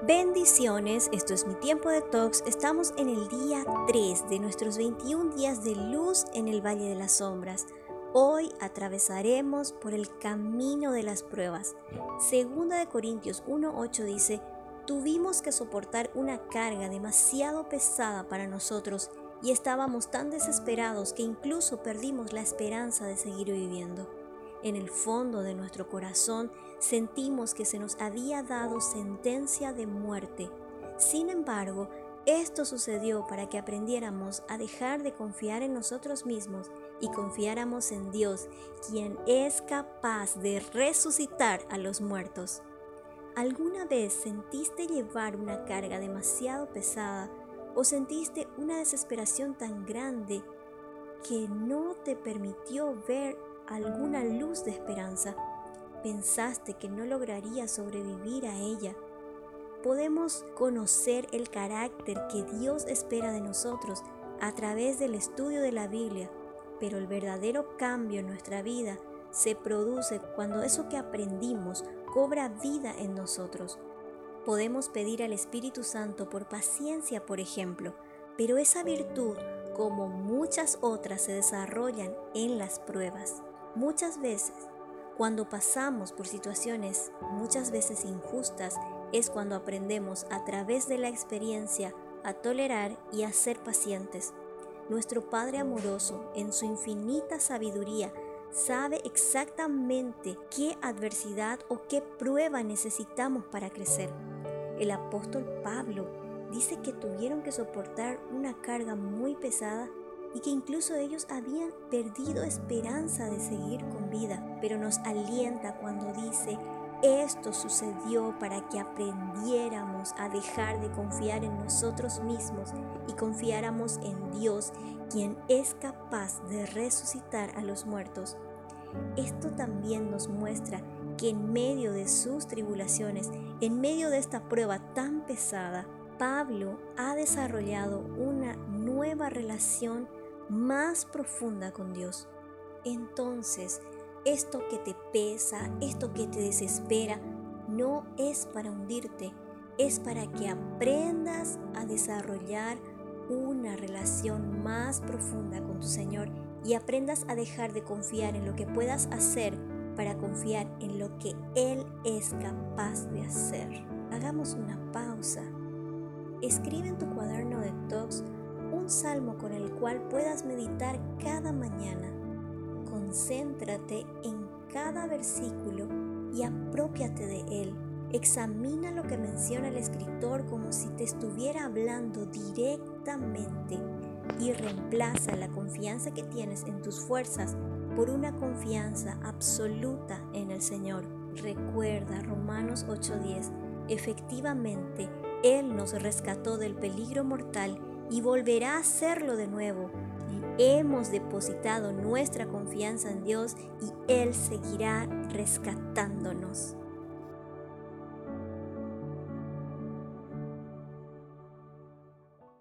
Bendiciones, esto es mi tiempo de talks. Estamos en el día 3 de nuestros 21 días de luz en el Valle de las Sombras. Hoy atravesaremos por el camino de las pruebas. Segunda de Corintios 1:8 dice: tuvimos que soportar una carga demasiado pesada para nosotros y estábamos tan desesperados que incluso perdimos la esperanza de seguir viviendo. En el fondo de nuestro corazón sentimos que se nos había dado sentencia de muerte. Sin embargo, esto sucedió para que aprendiéramos a dejar de confiar en nosotros mismos y confiáramos en Dios, quien es capaz de resucitar a los muertos. ¿Alguna vez sentiste llevar una carga demasiado pesada o sentiste una desesperación tan grande que no te permitió ver alguna luz de esperanza? ¿Pensaste que no lograrías sobrevivir a ella? Podemos conocer el carácter que Dios espera de nosotros a través del estudio de la Biblia, pero el verdadero cambio en nuestra vida se produce cuando eso que aprendimos cobra vida en nosotros. Podemos pedir al Espíritu Santo por paciencia, por ejemplo, pero esa virtud, como muchas otras, se desarrollan en las pruebas. Muchas veces, cuando pasamos por situaciones muchas veces injustas, es cuando aprendemos a través de la experiencia a tolerar y a ser pacientes. Nuestro Padre amoroso, en su infinita sabiduría, sabe exactamente qué adversidad o qué prueba necesitamos para crecer. El apóstol Pablo dice que tuvieron que soportar una carga muy pesada y que incluso ellos habían perdido esperanza de seguir con vida, pero nos alienta cuando dice: esto sucedió para que aprendiéramos a dejar de confiar en nosotros mismos y confiáramos en Dios, quien es capaz de resucitar a los muertos. Esto también nos muestra que en medio de sus tribulaciones, en medio de esta prueba tan pesada, Pablo ha desarrollado una nueva relación más profunda con Dios. Entonces, esto que te pesa, esto que te desespera, no es para hundirte, es para que aprendas a desarrollar una relación más profunda con tu Señor y aprendas a dejar de confiar en lo que puedas hacer para confiar en lo que Él es capaz de hacer. Hagamos una pausa. Escribe en tu cuaderno de talks un salmo con el cual puedas meditar cada mañana. Concéntrate en cada versículo y aprópiate de él. Examina lo que menciona el escritor como si te estuviera hablando directamente y reemplaza la confianza que tienes en tus fuerzas por una confianza absoluta en el Señor. Recuerda Romanos 8:10. Efectivamente, Él nos rescató del peligro mortal y volverá a hacerlo de nuevo. Hemos depositado nuestra confianza en Dios y Él seguirá rescatándonos.